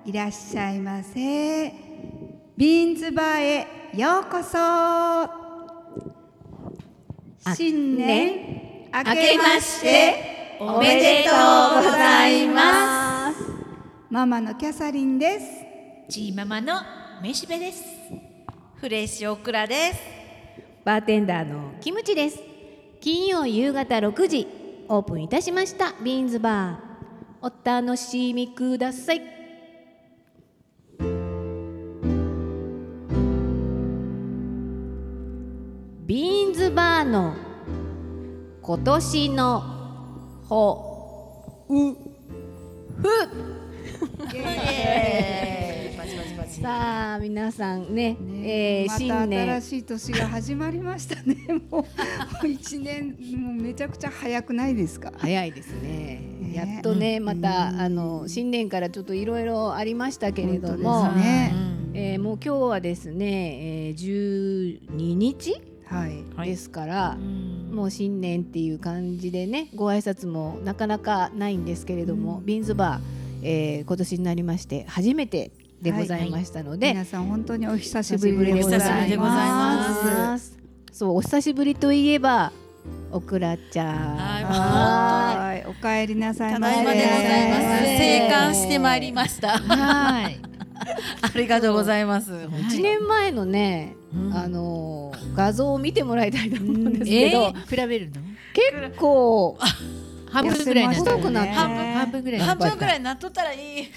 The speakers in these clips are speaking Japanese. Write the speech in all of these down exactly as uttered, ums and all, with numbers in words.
いらっしゃいませ。ビーンズバーへようこそ。新年明けましておめでとうございます。ママのキャサリンです。 チーママのめしべです。フレッシュオクラです。 バーテンダーのキムチです。金曜夕方ろくじオープンいたしましたビーンズバー、お楽しみください。ビーンズバーの今年のほうふさあ皆さんね、 ねえー、 新年また新しい年が始まりましたね。もういちねんもうめちゃくちゃ早くないですか。 早いですね。 ねやっとね、また、 うん、 あの新年からちょっといろいろありましたけれども、 ねえー、もう今日はですね、えー、じゅうににち、はい、ですから、はい、もう新年っていう感じでね、ご挨拶もなかなかないんですけれども、うん、ビーンズバー、えー、今年になりまして初めてでございましたので、 はいはい、皆さん本当にお久しぶりでございます。 そう、お久しぶりといえばオクラちゃん、 はい、お帰りなさいませ。 ただいまでございます。生還してまいりました。はい、ありがとうございます。 いちねんまえのね、うん、あの画像を見てもらいたいと思うんですけど、 えー、比べるの結構半分ぐらいになっ太くなって、 半分ぐらい半分ぐらいになっとったらいい。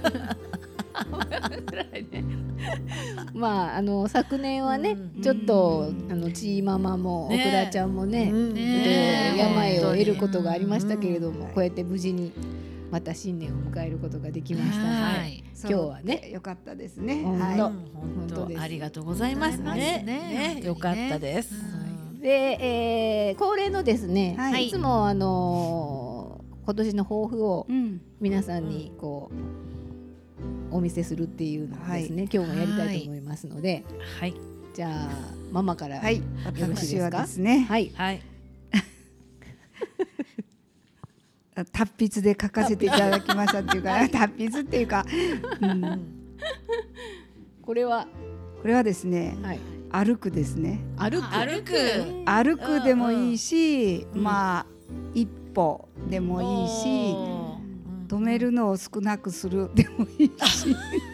まあ、あの昨年はね、うん、ちょっとあのチーママも、ね、オクラちゃんもね、ね病を得ることがありましたけれども、うん、こうやって無事にまた新年を迎えることができましたので、はい、今日はねよかったですね。 本当、はい、本当です。ありがとうございますね。ね、ね、よかったです。 はい、で、えー、恒例のですね、はい、いつもあのー、今年の抱負を皆さんにこう、うん、お見せするっていうのをですね、はい、今日もやりたいと思いますので、はい、じゃあママからよろしいですか。 私はですね、 はい、はい、 達筆で書かせていただきましたっていうか達筆っていうか、うん、 これはこれはですね、はい、歩くですね。 歩く歩く歩くでもいいし、うん、まあ一歩でもいいし、止めるのを少なくするでもいいし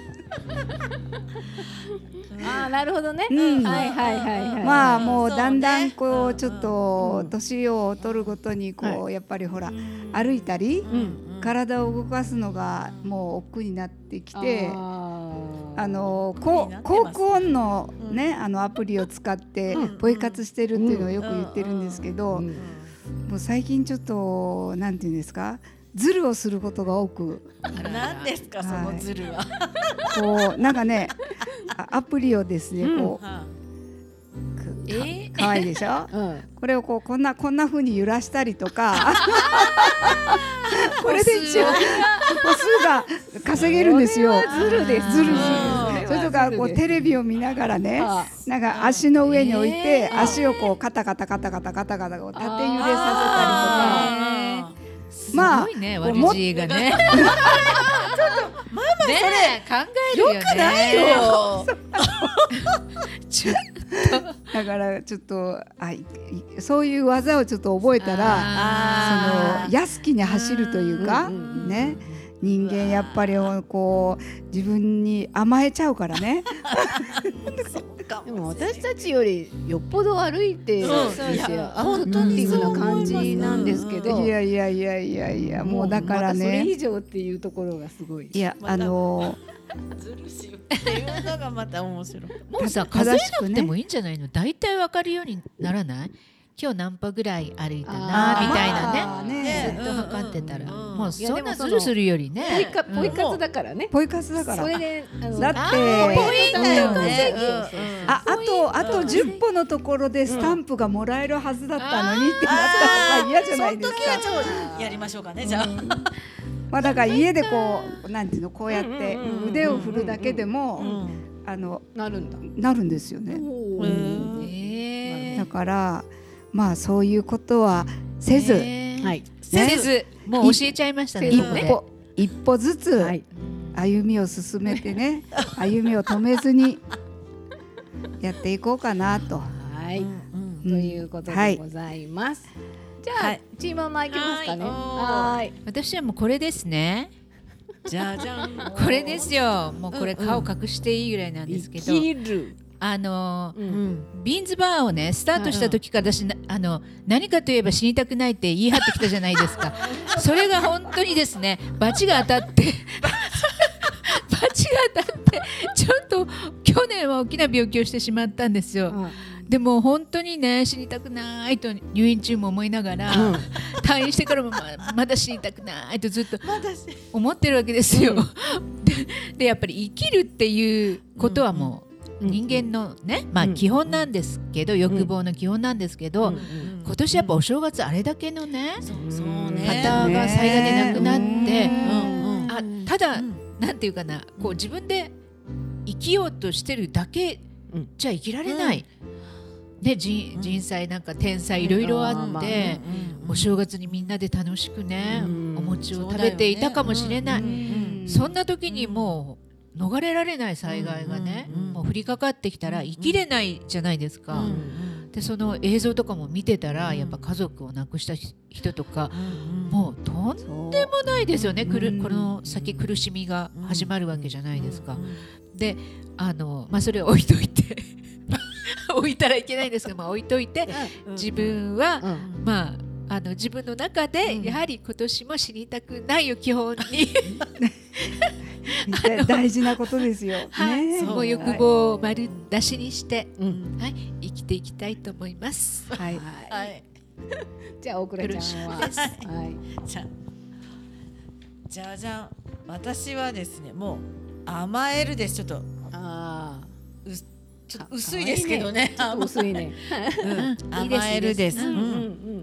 ああ、なるほどね、 うん、 はいはいはいはい、 まあもうだんだんこうちょっと年を取るごとにこうやっぱりほら歩いたり体を動かすのがもう億劫になってきて、あのこ高校のねあのアプリを使ってポイ活してるっていうのをよく言ってるんですけど、もう最近ちょっとなんていうんですか、ズルをすることが多く。 何ですか、はい、そのズルは。 こうなんかねアプリをですね、うん、こう、えー、か, かわいいでしょ、うん、これをこうこんなこんな風に揺らしたりとかこれで一応歩数が稼げるんですよ。 ズルです。 ズルです。それとかこうテレビを見ながらね、なんか足の上に置いて、えー、足をこうカタカタカタカタカタカタこう縦揺れさせたりとか。 まあ、すごいね、悪知恵がね。ちょっとママそれ考えるよね。よくないよ。 だからちょっとあそういう技をちょっと覚えたら、その安きに走るというかね、人間やっぱりこう自分に甘えちゃうからね。 でも私たちよりよっぽど歩いてるし、アクティブな感じなんですけど、 いやいやいやいやいや、もうだからね、 それ以上っていうところがすごい。 いや、あのずるしっていうのがまた面白い。もうさ、数えなくてもいいんじゃないの？大体わかるようにならない？今日何歩ぐらい歩いたなみたいなね、ずっと測ってたら、もうそんなズルするよりね、 ポイ活だからね、 ポイ活だから、 それでだってポインだよね。 ああとあとじゅっぽのところでスタンプがもらえるはずだったのにってなったら嫌じゃないですか。 その時はちょっとやりましょうかね、じゃあ。 まあだから家でこうなんていうの、こうやって腕を振るだけでもあのなるんだなるんですよね。だからまあそういうことはせず、 はい、せずもう教えちゃいましたね。 一歩一歩ずつ歩みを進めてね歩みを止めずにやっていこうかなと。 はい、うんうん、ということでございます、はい、じゃあ、はい、チーママいきますかね。 はい、私はもうこれですね。 じゃじゃんこれですよ。もうこれ顔隠していいぐらいなんですけど、 生きるあの、うん、ビーンズバーをねスタートした時から私、あの何かといえば死にたくないって言い張ってきたじゃないですかそれが本当にですねバチが当たってバチが当たってちょっと去年は大きな病気をしてしまったんですよ、うん、でも本当にね死にたくないと入院中も思いながら、うん、退院してからも ま, まだ死にたくないとずっと思ってるわけですよ、うん、で, でやっぱり生きるっていうことはもう人間のね、まあ基本なんですけど、欲望の基本なんですけど、今年やっぱお正月あれだけのね方が災害で亡くなってあただなんていうかなこう自分で生きようとしてるだけじゃ生きられない、で人, 人災なんか天災いろいろあって、お正月にみんなで楽しくねお餅を食べていたかもしれない、そんな時にもう逃れられない災害がね、うんうん、もう降りかかってきたら生きれないじゃないですか、うんうん、でその映像とかも見てたら、うん、やっぱ家族を亡くした人とか、うんうん、もうとんでもないですよね、くるこの先苦しみが始まるわけじゃないですか、うんうん、であの、まあ、それを置いといて置いたらいけないんですけど、まあ、置いといて、うん、自分は、うん、まああの自分の中でやはり今年も死にたくないを基本に大事なことですよ、 はい、ね、もう欲望を丸出しにして、うんはい、生きていきたいと思います。 はい、はい、じゃあ大倉ちゃんは、はい、 じゃじゃじゃん私はですねもう甘えるです。ちょっとあうちょっと薄いですけどね、 ちょっと薄いね、 うん、甘えるです。うんうんうん、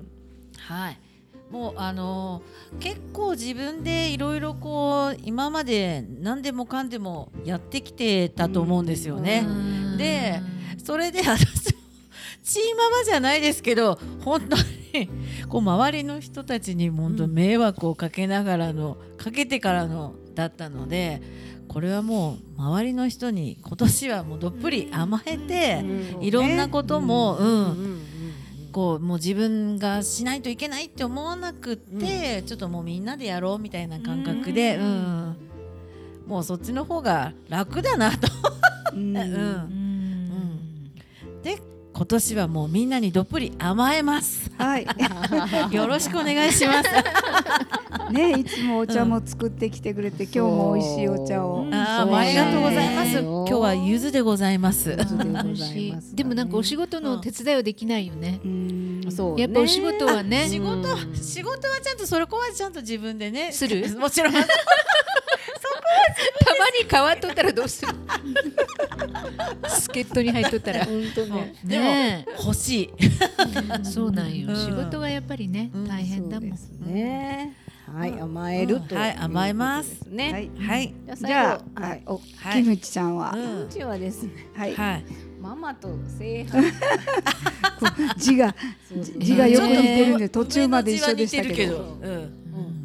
はい。もうあのー、結構自分でいろいろこう今まで何でもかんでもやってきてたと思うんですよね。でそれで私もチーママじゃないですけど本当にこう周りの人たちに本当迷惑をかけながらのかけてからのだったので、これはもう周りの人に今年はもうどっぷり甘えていろんなこともうんこうもう自分がしないといけないって思わなくって、うん、ちょっともうみんなでやろうみたいな感覚で、うんうん、もうそっちの方が楽だなと、うんうん、で今年はもうみんなにどっぷり甘えます、はい、よろしくお願いしますね、いつもお茶も作ってきてくれて、うん、今日も美味しいお茶を、 あありがとうございます。今日は柚子でございます。 でもなんかお仕事の手伝いはできないよね、うん、 そうね、 やっぱお仕事はね仕事、仕事はちゃんとそれこはちゃんと自分でねするもちろんそこはたまに皮取ったらどうする助っ人に入っとったら本当ね、 でも、ね、欲しいそうなんよ、うん、仕事はやっぱりね、うん、大変だもん、うん、そうですね、はい、甘える、うん、という、 はい、甘えますね。 はい、 はい、 じゃあ、はい、お、はい、キムチちゃんは、 キムチはですね、 はい、はい、 ママと正反字が字がよく似てるんで途中まで一緒でしたけど、 うん、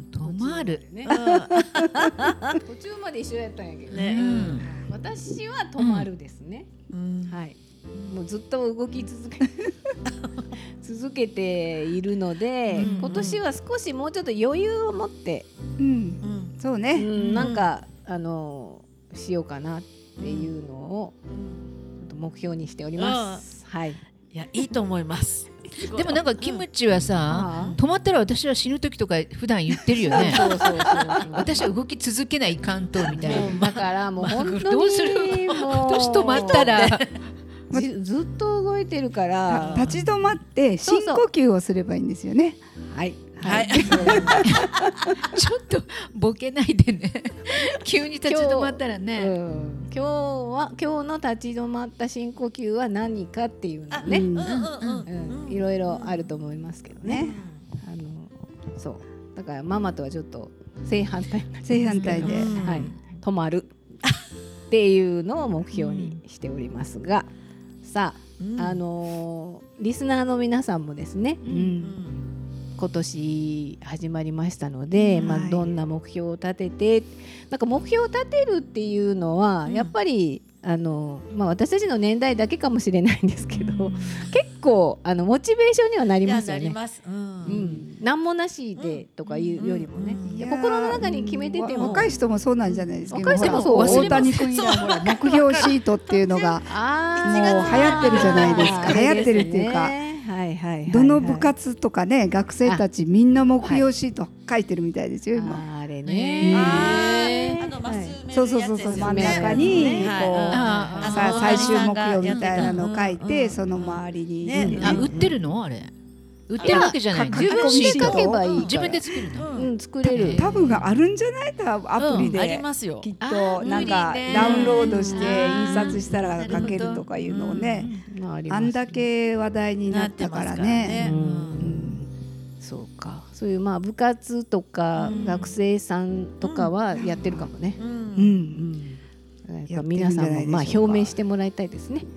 止まるね。 途中まで一緒やったんやけどね。私は止まるですね。はい。もうずっと動き続け続けているので、うんうん、今年は少しもうちょっと余裕を持って、 うんうん、そうね、 うん、なんかあのしようかなっていうのを目標にしております、うん、はい。 いやいいと思いますでもなんかキムチはさ、うん、止まったら私は死ぬ時とか普段言ってるよねそうそうそうそう私は動き続けないかんとみたいなだからもう本当にどうする私止まったらず, ずっと動いてるから立ち止まって深呼吸をすればいいんですよね。 はいはい、ちょっとボケないでね急に立ち止まったらね、うん、 今日は今日の立ち止まった深呼吸は何かっていうのね、うんうんうん、いろいろあると思いますけどね、うん、あのそうだからママとはちょっと正反対正反対で、 はい、止まるっていうのを目標にしておりますが、さあ、うん、あのー、リスナーの皆さんもですね、うん、 今年始まりましたので、まあ、どんな目標を立てて、なんか目標を立てるっていうのはやっぱり、うん、あのまあ、私たちの年代だけかもしれないんですけど、うん、結構あのモチベーションにはなりますよね。うんうん、何もなしでとかいうよりもね、うんうん、心の中に決めてても、 若い人もそうなんじゃないですか。 若い人もそう、 大谷君やほら目標シートっていうのがもう流行ってるじゃないですか。流行ってるっていうか、はいはいはいはい、どの部活とかね、学生たちみんな目標シート書いてるみたいですよ今。 あれね、 あのマス目そうそうそうそう、真ん中にこうさ最終目標みたいなのを書いて、その周りに、 ね、あ売ってるのあれ。売ってるわけじゃない。 自分で書けばいい。 自分で作るの。 うん、作れる。 多分があるんじゃない？アプリで、 うん、ありますよ。 きっとなんかダウンロードして印刷したら書けるとかいうのをね、あんだけ話題になったからね。うん、 そうか。そういうまあ部活とか学生さんとかはやってるかもね。うん。やっぱ皆さんもまあ表明してもらいたいですね。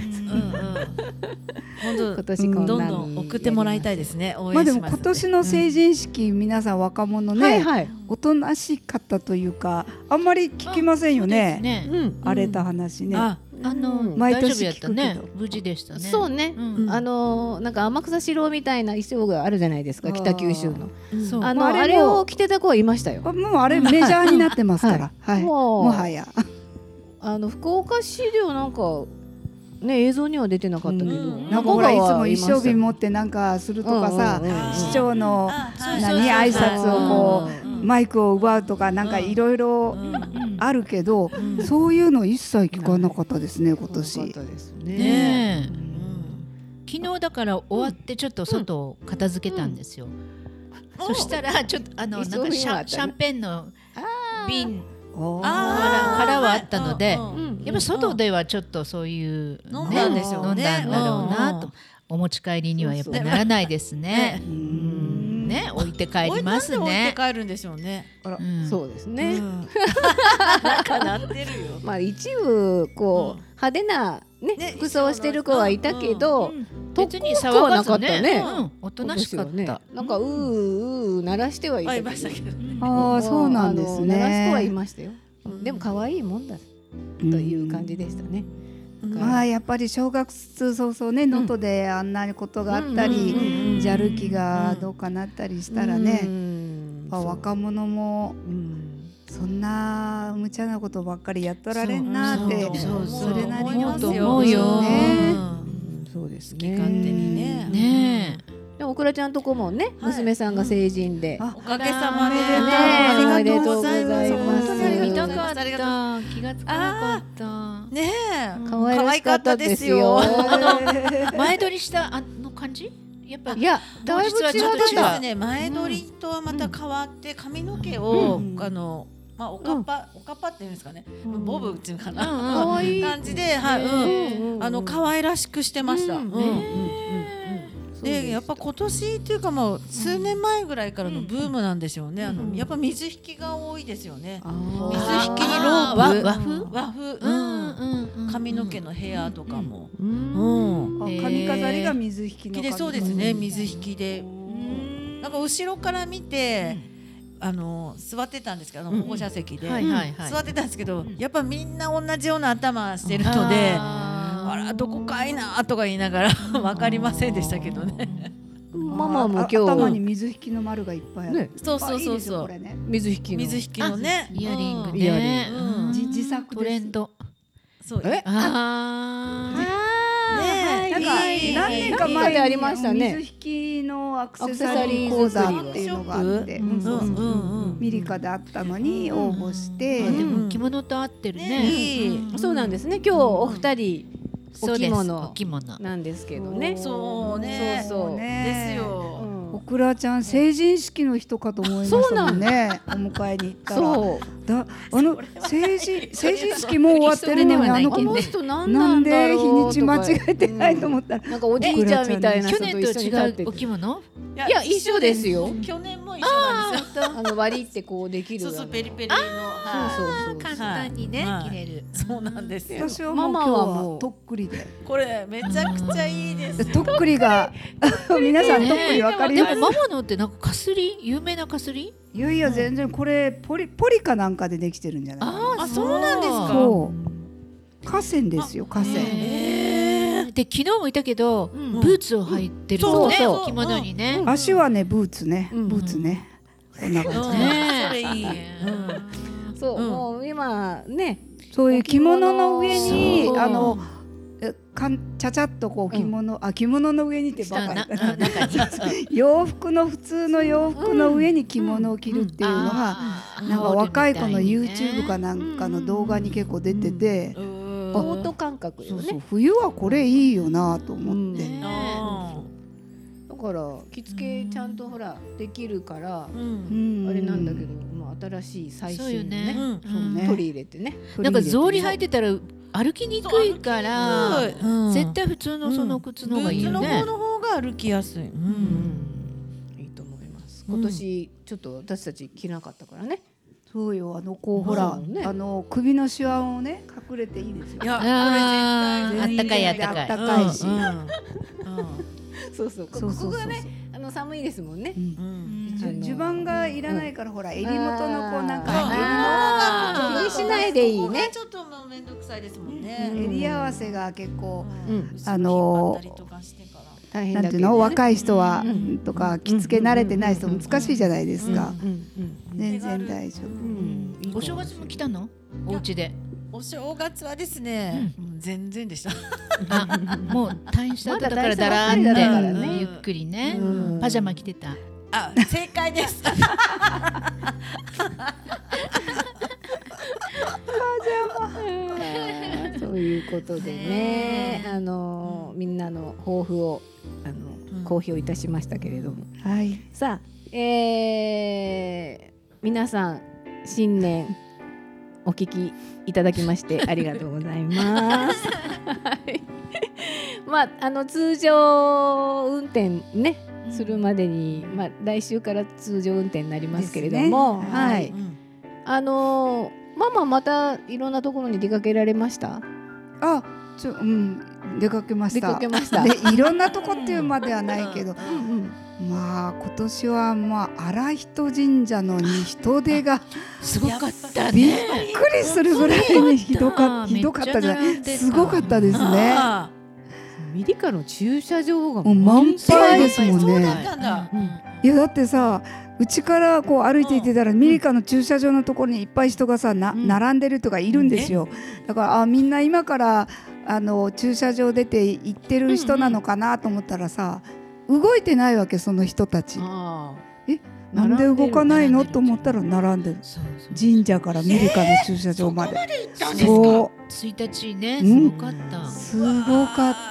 今年どんどん送ってもらいたいですね。応援します。 まあでも今年の成人式、皆さん若者ね、おとなしかったというか、あんまり聞きませんよね。荒れた話ね。 あの毎年聞くけど無事でしたね。 そうね。あのなんか天草四郎みたいな衣装があるじゃないですか、北九州の。あのあれを着てた子はいましたよ。 もうあれメジャーになってますから。はい。もはや。 あの福岡市ではなんか。ね、映像には出てなかったけど、うん、 なんかほらいつも一升瓶持ってなんかするとかさ、うんうん、市長の何挨拶をこう、うん、マイクを奪うとかなんかいろいろあるけど、うん、そういうの一切聞かなかったですね今年。 ねえ、うん、昨日だから終わってちょっと外を片付けたんですよ、うん、そしたらちょっとあのなんかシャ、シャンペンの瓶あからはあったので、やっぱ外ではちょっとそういう飲んだんでしょうね。 飲んだんだろうなと、お持ち帰りにはやっぱならないですね。ね、置いて帰りますね。 置いて帰るんでしょうね。 そうですね。 なんかなってるよ。 まあ一部こう派手なね服装してる子はいたけど、 別に騒がずね、おとなしかった。 なんかうーうー鳴らしてはいましたけどね。 ああそうなんですね。 鳴らす子はいましたよ。でも可愛いもんだという感じでしたね。 まあやっぱり正月早々ね能登であんなことがあったり、ジャル機がどうかなったりしたらね、若者もそんな無茶なことばっかりやっとられんなってそれなりに思うよね。 そうですね。 好き勝手にね。 ねえ。 でもオクラちゃんとこもね、娘さんが成人で、 おかげさまでね、 ありがとうございます。 見たかった、気がつかなかった。 ねえ、 可愛かったですよ。 前撮りしたあの感じ？やっぱいや、だいぶ違ったね。前撮りとはまた変わって髪の毛をあの。まあおかっぱ、おかっぱっていうんですかね、ボブっていうかな、可愛い感じで、はい、うん、あの可愛らしくしてました。で、やっぱ今年っていうかもう数年前ぐらいからのブームなんでしょうね。あのやっぱ水引きが多いですよね。水引きにロープ、 和風、 和風、髪の毛のヘアとかも、 髪飾りが水引きので、そうですね、水引きで、なんか後ろから見て。あの座ってたんですけど、保護者席で座ってたんですけど、やっぱみんな同じような頭してるので、あらどこかいなとか言いながら分かりませんでしたけどね。 ママも今日頭に水引きの丸がいっぱいある。 そうそうそうそう。 水引き水引きのねイヤリングね。 自作トレンド。 そう。え？ああ。ね、なんか何年か前にありましたね。水引きのアクセサリー講座っていうのがあって、ミリカであったのに応募して、 でも着物と合ってるね。 そうなんですね。今日お二人お着物なんですけどね。 そうね。そうそうですよ。 オクラちゃん成人式の人かと思いましたもんね。お迎えに行ったら。 だあの成人成人式も終わってるのにあのこの人何ななんんだで日ろうにち間違えてないと思ったら、 なんかおじいちゃんみたいな人と去年と一緒に立ってて違うお着物？ いいや一緒ですよ。 去年も一緒なんですよ。 あの割りってこうできるそうそうあのペリペリの。 そうそうそう簡単にねはい着れる。 そうなんですよ。 私はもう今日はとっくりでこれめちゃくちゃいいです。 とっくりが皆さんとっくりわかります？ でもママのってなんかかすり有名なかすり？ いやいや全然これポリポリかなんかでできてるんじゃないかな。 あ、そうなんですか。 そう河川ですよ河川。 で昨日もいたけどブーツを履いてるのね着物にね。 足はねブーツねブーツね。こんな感じね。それいい。 そうもう今ねそういう着物の上にあのかんちゃちゃっとこう着物あ着物の上にってばかり洋服の普通の洋服の上に着物を着るっていうのがなんか若い子の YouTube かなんかの動画に結構出ててコート感覚よね。 そうそう冬はこれいいよなと思って。 だから着付けちゃんとほらできるから、 うん、 あれなんだけど、まあ、新しい最新のね、 そうね取り入れてね。 なんか草履履いてたら歩きにくいから絶対普通のその靴の方がいいよね。 ブーツの方の方が歩きやすい。 いいと思います。今年ちょっと私たち着なかったからね。 そうよあのこうほらあの首のシワをね隠れていいですよ。 いやこれあったかいあったかいあったかいし。 そうそうここがねあの寒いですもんね。 襦袢がいらないからほら襟元のこうなんか気にしないでいいね。 ちょっともうめんどくさいですもんね。 襟合わせが結構あの大変なんていうの若い人はとか着付け慣れてない人難しいじゃないですか。全然大丈夫。お正月も来たの？お家で。 お正月はですね、全然でした。 あ、もう退院した後だからだらーってゆっくりね。パジャマ着てた。 あ、正解です。パジャマ。そういうことでね、あのみんなの抱負をあの公表いたしましたけれども、 はい。 さあ、えー、皆さん新年お聞きいただきましてありがとうございます。はい、まああの通常運転ね、うん、するまでに、まあ来週から通常運転になりますけれども、ね、はい、うん、あのママまたいろんなところに出かけられました？ あ、ちょうん出かけました。 出かけました。 でいろんなとこっていうまではないけど。うんうんまあ今年はまあ荒人神社のに人手がすごかったね。 びっくりするぐらいにひどかひどかったじゃない。すごかったですね。 ミリカの駐車場がもう満杯ですもんね。いやだってさ、うちからこう歩いていてたらミリカの駐車場のところにいっぱい人がさな並んでるとかいるんですよ。だからあみんな今からあの駐車場出て行ってる人なのかなと思ったらさ。動いてないわけその人たち。えなんで動かないのと思ったら並んでる。神社からミリカの駐車場まで。 そう。ついたちねすごかった。 すごかった。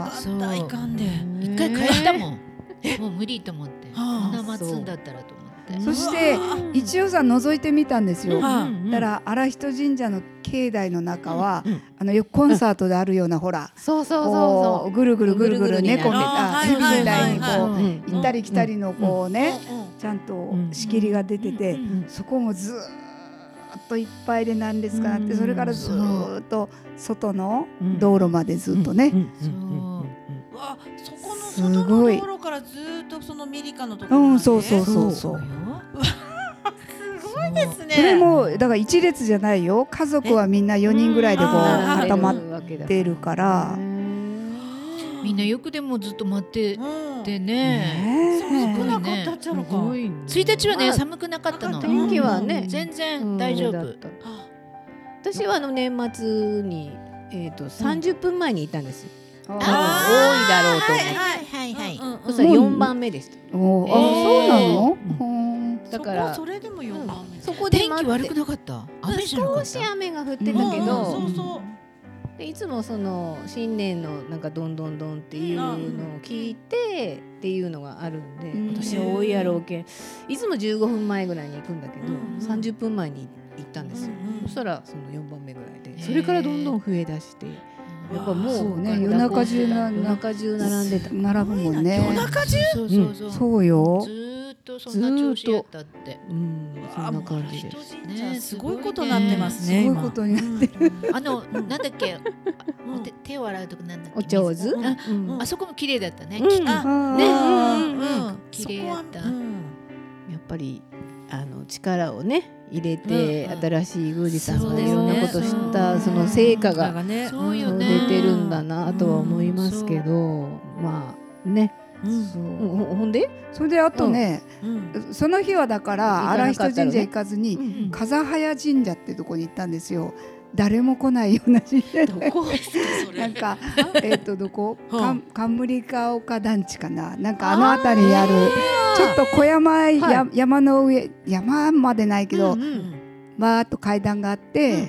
そう。一回帰ったもん。もう無理と思って。こんな待つんだったらと思って。 そして一応さ覗いてみたんですよ。だから荒人神社の境内の中はあのよくコンサートであるようなほら、 そうそうそうぐるぐるぐるぐる猫みたいにこう行ったり来たりのこうねちゃんと仕切りが出てて、そこもずっといっぱいでなんですかって、それからずっと外の道路までずっとね。 わそこの外の道路からずっとそのミリカのところ、 うんそうそうそうそう。 すごいですね。 それもだから一列じゃないよ。家族はみんなよにんぐらいでこう固まってるから。 みんなよくでもずっと待っててね。 寒くなかったっちゃろか。 ついたちはね寒くなかったの。 天気はね全然大丈夫。 私はあの年末にえっとさんじゅっぷんまえにいたんですよ。多いだろうと思って。 はいはいはい。 そしたらよんばんめでした。 あ、そうなの？ だからそれでもよんばんめ。 そこで天気悪くなかった？雨じゃなかった？ 少し雨が降ってたけど、でいつもその新年のなんかどんどんどんっていうのを聞いてっていうのがあるんで、私は多いやろうけん。いつもじゅうごふんまえぐらいに行くんだけど、さんじゅっぷんまえにったんですよ、うんうん、そしたらそのよんばんめぐらいで、それからどんどん増え出して、やっぱもうそうね、夜中中な夜中中並んでた、 並ぶもんね。 夜中中、 そうそうそう、 そうよ。 ずーっとそんな調子やったって。 うん、そんな感じです。 ね、すごいことになってますね。 すごいことになってる。 あのなんだっけ、手を洗うとこなんだっけ。 お上手。 あそこも綺麗だったね。 あ、ね、 綺麗だった。 やっぱりあの力をね。入れて、うん、新しい宮司さんがいろんなこと知った、その成果が出てるんだなとは思いますけど、まあね、ほんでそれであとね、その日はだから荒人神社行かずに風早神社ってとこに行ったんですよ。誰も来ないような神社で、なんかえっとどこ冠ヶ丘団地かな、なんかあの辺りにあるちょっと小山や山の上、山までないけどバーっと階段があって、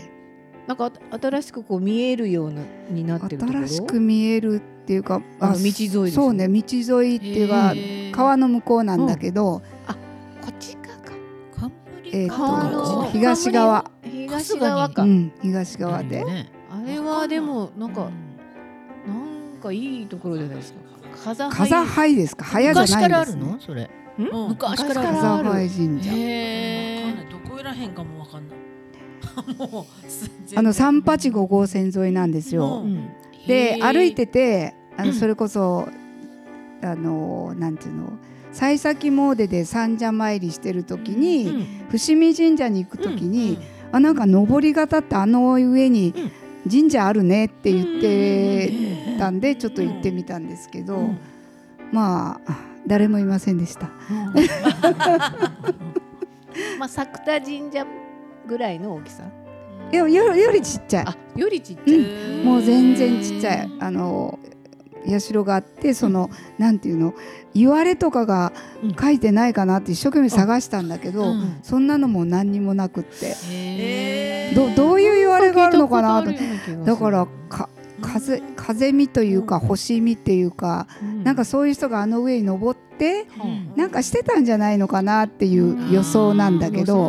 なんか新しくこう見えるようなになってるところ、 新しく見えるっていうか、 道沿いですね。 そうね、道沿いっていうか川の向こうなんだけど、 あ、こっちかか、 えっと東側。 東側か、 うん、東側で、 あれはでもなんかなんかいいところじゃないですか。 風灰ですか。早じゃないですね。 昔からあるのそれ。 昔から風灰神社。 どこらへんかもわかんない。 あの三八五号線沿いなんですよ。で歩いてて、あのそれこそあのなんていうの。幸先詣で三社参りしてる時に、伏見神社に行く時に、あ、なんか上り方ってあの上に神社あるねって言ってたんで、ちょっと行ってみたんですけど、まあ誰もいませんでした。 まあ作田神社ぐらいの大きさ。 いや、よよりちっちゃい。 あ、よりちっちゃい。 うん、もう全然ちっちゃい。あの社があって、そのなんていうの、言われとかが書いてないかなって一生懸命探したんだけど、うん、そんなのも何にもなくって、ど, どういう言われがあるのかなと。だからか風風見というか星見っていうか、うん、なんかそういう人があの上に登って、うん、なんかしてたんじゃないのかなっていう予想なんだけど、うん、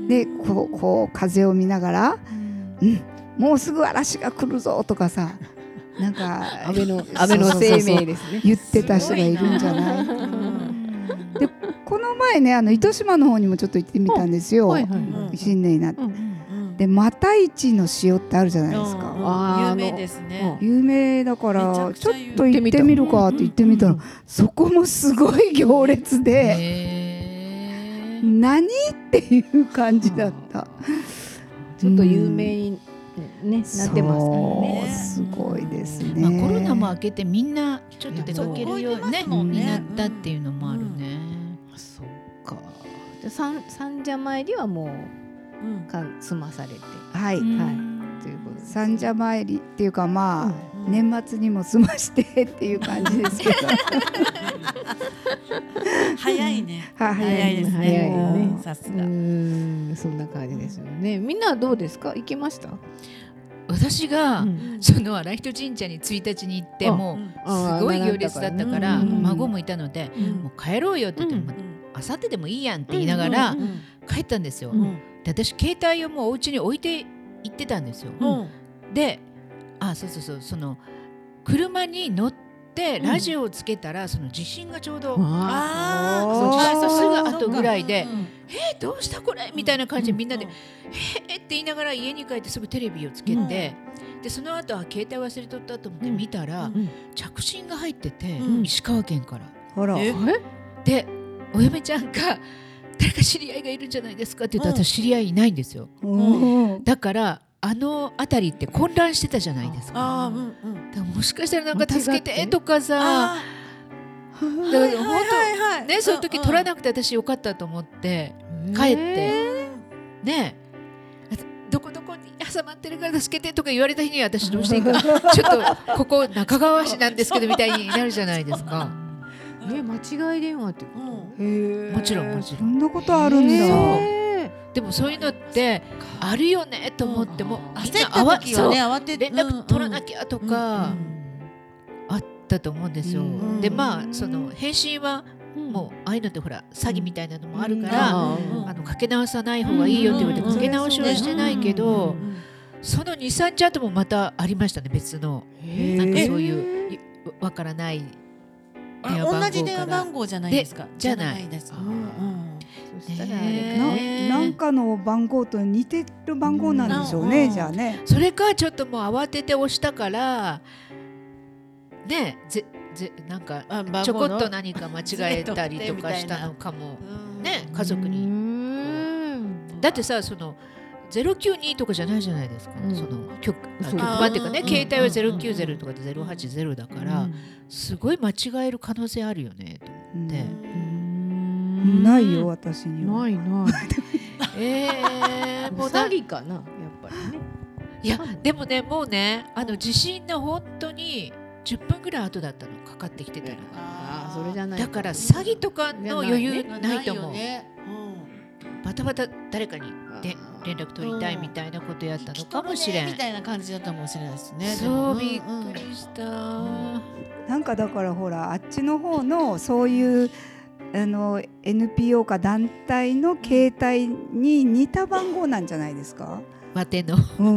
でこう、こう風を見ながら、うん、もうすぐ嵐が来るぞとかさ、なんか安倍の安倍の生命ですね、 言ってた人がいるんじゃない。でこの前ね、あの糸島の方にもちょっと行ってみたんですよ、はいはいはい、新年になって、うん、で又市の塩ってあるじゃないですか、 あ有名ですね、 有名だからちょっと行ってみるかって行ってみたら、そこもすごい行列で、何っていう感じだった。 ちょっと有名にね、なってますからね。 すごいですね。 まあ、コロナも明けてみんなちょっと出かけるように、ね、になったっていうのもあるね。 うん、そうか。じゃ三三社参りはもう、うん、か済まされて、 はい、はい、 ということです。 三社参りっていうか、まあ、うん、年末にも済ましてっていう感じですけど。 早いね。 は早いですね。 早いね。 さすが。 うん、そんな感じですよね。みんなはどうですか？行きました？ 私が、うん、その荒人神社についたちに行って、もうすごい行列だったから、孫もいたので、うん、もう帰ろうよって言って、あさってでもいいやんって言いながら帰ったんですよ。で、私携帯をもうお家に置いて行ってたんですよ。うん、で、あ、そうそうそう、その車に乗ってラジオをつけたら、その地震がちょうど、うん、ああ、すぐ後ぐらいで、うん、えー、どうしたこれみたいな感じでみんなで、うん、えーって言いながら家に帰ってすぐテレビをつけて、うん、でその後は携帯忘れとったと思って見たら、うん、着信が入ってて、うん、石川県から。 あら、えでお嫁ちゃんが誰か知り合いがいるんじゃないですかって言ったら、私知り合いいないんですよ。うん、だからあの辺りって混乱してたじゃないですか。あ、うんうん、だからもしかしたらなんか助けてとかさ、だから本当、はいはい、ね、そういう時取らなくて私よかったと思って帰ってね、どこどこに挟まってるから助けてとか言われた日には私どうしていいかちょっとここ中川市なんですけどみたいになるじゃないですか。 ね、間違い電話って、 うん、もちろんもちろんそんなことあるんだ。 でもそういうのってあるよねと思っても、 うん、みんな慌てた時はね、慌て連絡取らなきゃとかあったと思うんですよ。で、まあその返信はもうああいうのってほら詐欺みたいなのもあるから、あのかけ直さない方がいいよって言われてかけ直しはしてないけど、その にさんにち後もまたありましたね、別のなんかそういうわからない電話番号から。同じ電話番号じゃないですか。 じゃないです。そしたらあれかな、なんかの番号と似てる番号なんでしょうね、じゃあね。 それかちょっともう慌てて押したからね、ぜぜなんかちょこっと何か間違えたりとかしたのかもね、家族に。だってさ、そのゼロきゅうにとかじゃないじゃないですか、その局局番っていうかね、携帯はゼロきゅうゼロとかでゼロはちゼロだから、すごい間違える可能性あるよねと思って。 ないよ、私には。 ないない。 ええ、 もう詐欺かな、やっぱりね。 いやでもね、もうね、あの地震の本当にじゅっぷんぐらい後だったの、かかってきてたのが。 ああ、それじゃない。 だから詐欺とかの余裕ないと思う。バタバタ誰かにで連絡取りたいみたいなことやったのかもしれん。 みたいな感じだったかもしれないですね。 そう、びっくりした。 なんかだからほら、あっちの方のそういうあの エヌピーオー か団体の携帯に似た番号なんじゃないですか。 わての。 うん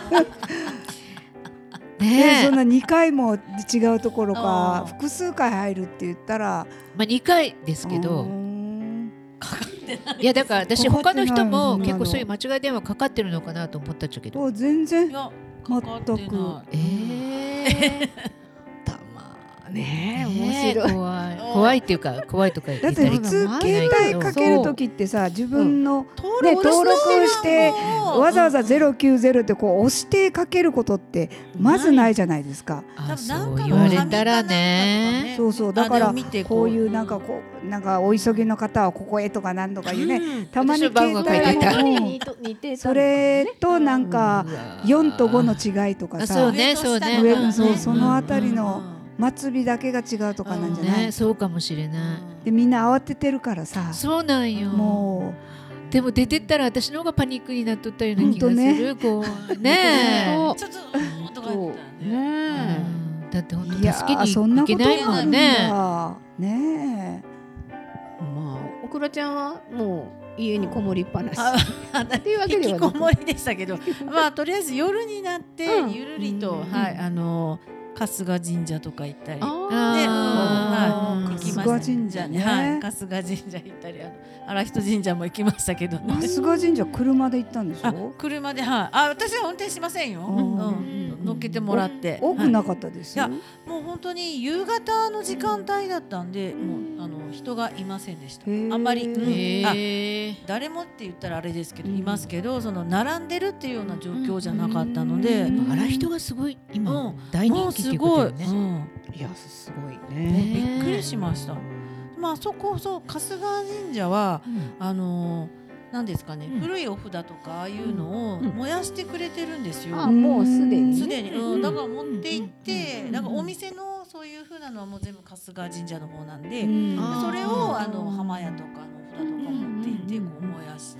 ね、そんなにかいも違うところか複数回入るって言ったら、 まあにかいですけど、いやだから私他の人も結構そういう間違い電話かかってるのかなと思ったっちゃけど、 全然全く。 えーねえ、面白い。 怖い怖いっていうか、怖いとか言だって普通携帯かける時ってさ、自分のね登録してわざわざゼロきゅうゼロってこう押してかけることってまずないじゃないですか。 そう言われたらね。 そうそう、だからこういうなんかこうなんかお急ぎの方はここへとかなんとかいうね、たまに携帯それとなんかよんとごの違いとかさ、 そうねそうね、 そうそのあたりの末尾だけが違うとかなんじゃない、 ね、そうかもしれない。 でみんな慌ててるからさ。 そうなんよ。 もうでも出てったら私の方がパニックになっとったような気がする。こうねえちょっととか言ったね。だって本当助けに行けないもんね。 ねえ、 まあおくらちゃんはもう家にこもりっぱなしっていうわけではなく、引きこもりでしたけど、まあとりあえず夜になってゆるりと、はいあの春日神社とか行ったり、 春日神社ね、 はい、春日神社行ったり、荒人神社も行きましたけど、 春日神社車で行ったんでしょ。 車で、はい、あ、私は運転しませんよ。乗っけてもらって。 多くなかったですよ。 いや、もう本当に夕方の時間帯だったんで、もうあの人がいませんでした。あんまり、あ、誰もって言ったらあれですけど、いますけど、その並んでるっていうような状況じゃなかったので、 荒人がすごい今大人気っていうことよね。 いや、すごいね。 びっくりしました。まあそこそう春日神社はあのなんですかね、古いお札とかああいうのを燃やしてくれてるんですよ。 もうすでにすでに、だから持って行って、なんかお店のそういう風なのはもう全部春日神社の方なんで、それをあの浜屋とかの札とか持って行ってこう燃やして。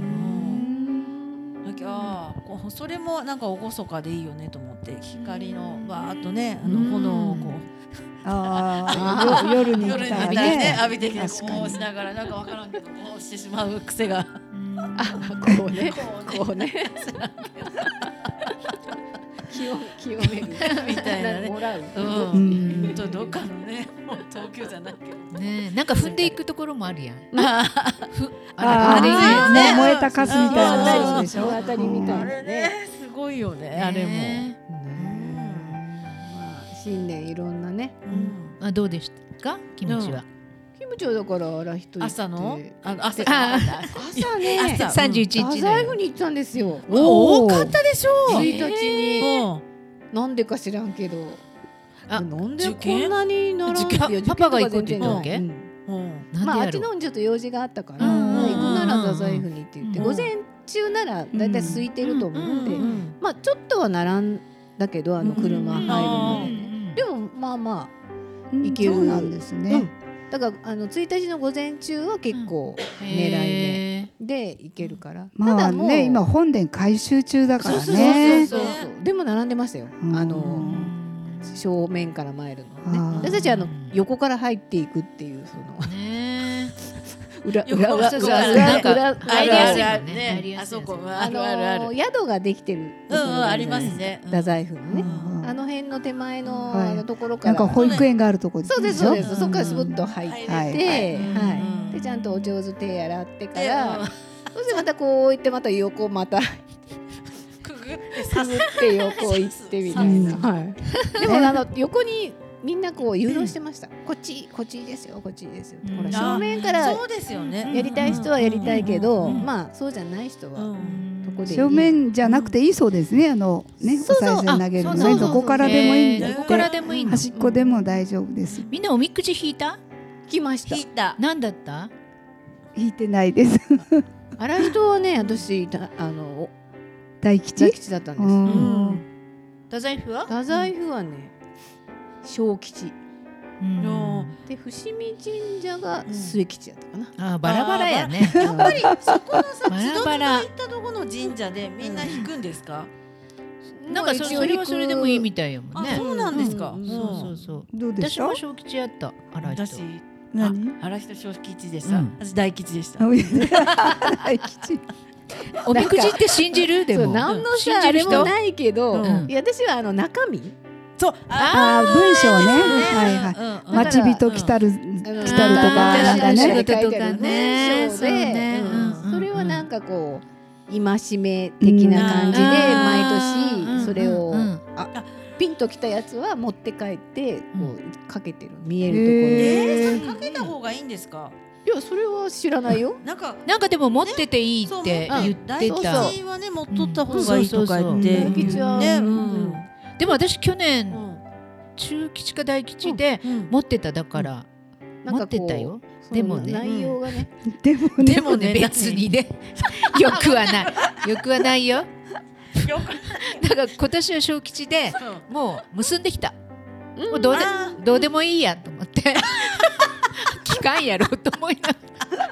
ああ、それもなんか厳かでいいよねと思って、光のバーッとね、あの炎をこうああ夜に夜にね浴びてきてこうしながらなんかわからんけどこうしてしまう癖が、 こうねこうね清めるみたいなね、 もらう、 うんとどっかのね東京じゃないけどね、なんか踏んでいくところもあるやん。 ああね、燃えたカスみたいなやつでしょ、あたりみたいなね、 すごいよねあれも。 新年いろんなね。 あ、どうでしたか、キムチは。 キムチはだから荒人行って朝の朝朝ねさんじゅういちにち太宰府に行ったんですよ。 多かったでしょう。 ついたちになんでか知らんけど、なんでこんなに並んで、 パパが行くって言ったわけ。 まああっちのちょっと用事があったから行くなら太宰府にって言って、午前中ならだいたい空いてると思うんで、まあちょっとは並んだけど、あの車入るまで。でもまあまあ行けるなんですね。 だからあのついたちの午前中は結構狙い目で行けるから。 まあね、今本殿改修中だからね。 でも並んでましたよ。あの正面から参るのね。私たちはあの横から入っていくっていうそのね裏裏裏なんか入りやすいもんね。 あそこあの宿ができてるところありますね。 太宰府のねあの辺の手前のあのところからなんか保育園があるところそうですそうです。そこからスポッと入ってはいでちゃんとお上手手洗ってからそしてまたこう行ってまた横またくぐってくぐって横行ってみたいな。でもあの横にみんなこう誘導してました。こっちこっちですよこっちですよ。ほら正面からそうですよね。 やりたい人はやりたいけど、まあそうじゃない人はそこで正面じゃなくていいそうですね。あのねお賽銭投げるのねどこからでもいいんだって。 どこからでもいいの。 端っこでも大丈夫です。 みんなおみくじ引いた？ 引きました。 引いた。 何だった？ 引いてないです。 荒人はね私あの大吉大吉だったんです。 太宰府は？ 太宰府はね小吉。 うん、 で伏見神社が末吉だったかな、 うん、あバラバラやねやっぱりそこのさ津留が行ったところの神社でみんな引くんですか？ なんか そ, それはそれでもいいみたいよもんね。 そうなんですか、うん、 そうそうそうどうでした？ 私も小吉やった荒人。 私何？ 荒人小吉でした、うん、私大吉でした大吉おみくじって信じる？でも何のさあれもないけど、うん、いや私はあの中身そうああ文章ねはいはい、待ち人来たる来たるとかなんかね書いてある文章でそれはなんかこう戒め的な感じで毎年それをあピンときたやつは持って帰ってこうかけてる見えるところで。えー、かけた方がいいんですか？ いやそれは知らないよ。 なんかなんかでも持ってていいって言ってた。 大吉はね持っとった方がいいとか言って。 大吉はね。 でも私去年、うん、中吉か大吉で持ってただから、うん、持ってたよ。でもね内容がね、 うん、でもねでもね別にねよくはないよくはないよ。だから今年は小吉でもう結んできた。うん、もうどうでどうでもいいやと思って期間やろうと思いなが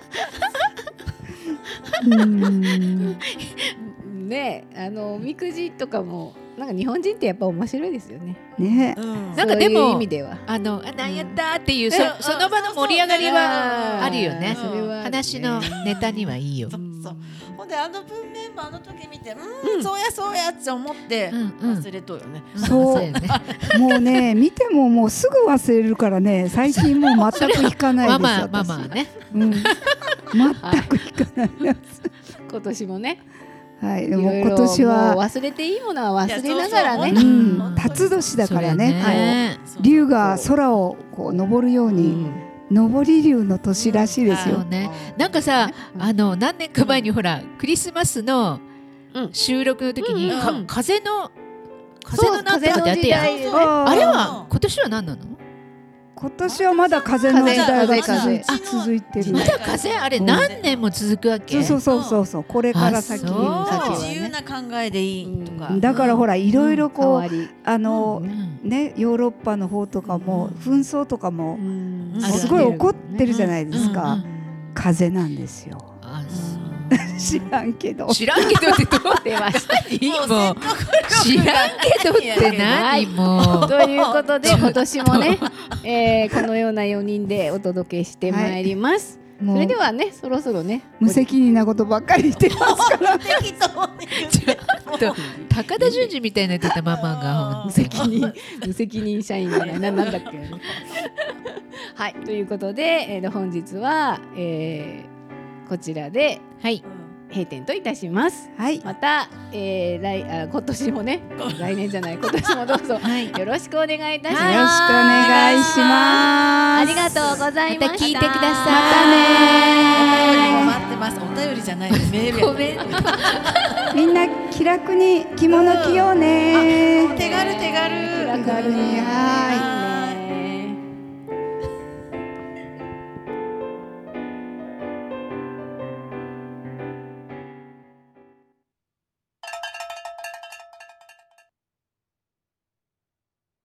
ら。 うんねあのおみくじとかもなんか日本人ってやっぱ面白いですよね。 ね、 うん、なんかでもそういう意味ではあのあなんやったっていう、うん、そ, その場の盛り上がりはあるよね。それは話のネタにはいいよ。 そうそうほんであの文面もあの時見てうん、うん、そうやそうやって思って忘れとるよね。 うんうん、そうねもうね見てももうすぐ忘れるからね最近もう全く引かないです。 まあまあまあね、 うん、全く引かないです。 今年もね。 はい、でも今年は忘れていいものは忘れながらね、 辰年だからね、龍が空をこう昇るように昇り龍の年らしいですよね。なんかさあの何年か前にほらクリスマスの収録の時に風の風のなんとかってあってやん。あれは今年は何なの？ 今年はまだ風の時代が続いてる。 まだ風あれ何年も続くわけ？ そうそうそうそうこれから先自由な考えでいいとか。 だからほらいろいろこうあのねヨーロッパの方とかも紛争とかもすごい起こってるじゃないですか。風なんですよ。知らんけど知らんけどってどう出ましたもう知らんけどって何もということで今年もね、えー、このようなよにんでお届けしてまいります、はい、それではねそろそろね無責任なことばっかり言ってますから適当にちょっと高田純次みたいな言ってたママが無責任無責任社員みたいななんだっけはいということで、えー、本日は、えー、こちらではい閉店といたします。はい、また、えー、来あ今年もね来年じゃない今年もどうぞ、はい、よろしくお願いいたします。 よろしくお願いします。 ありがとうございました。 また聞いてください。またねー。待ってます。お便りじゃないです。メールや。 コメント。 みんな気楽に着物着ようね。 手軽手軽。 手軽にはい。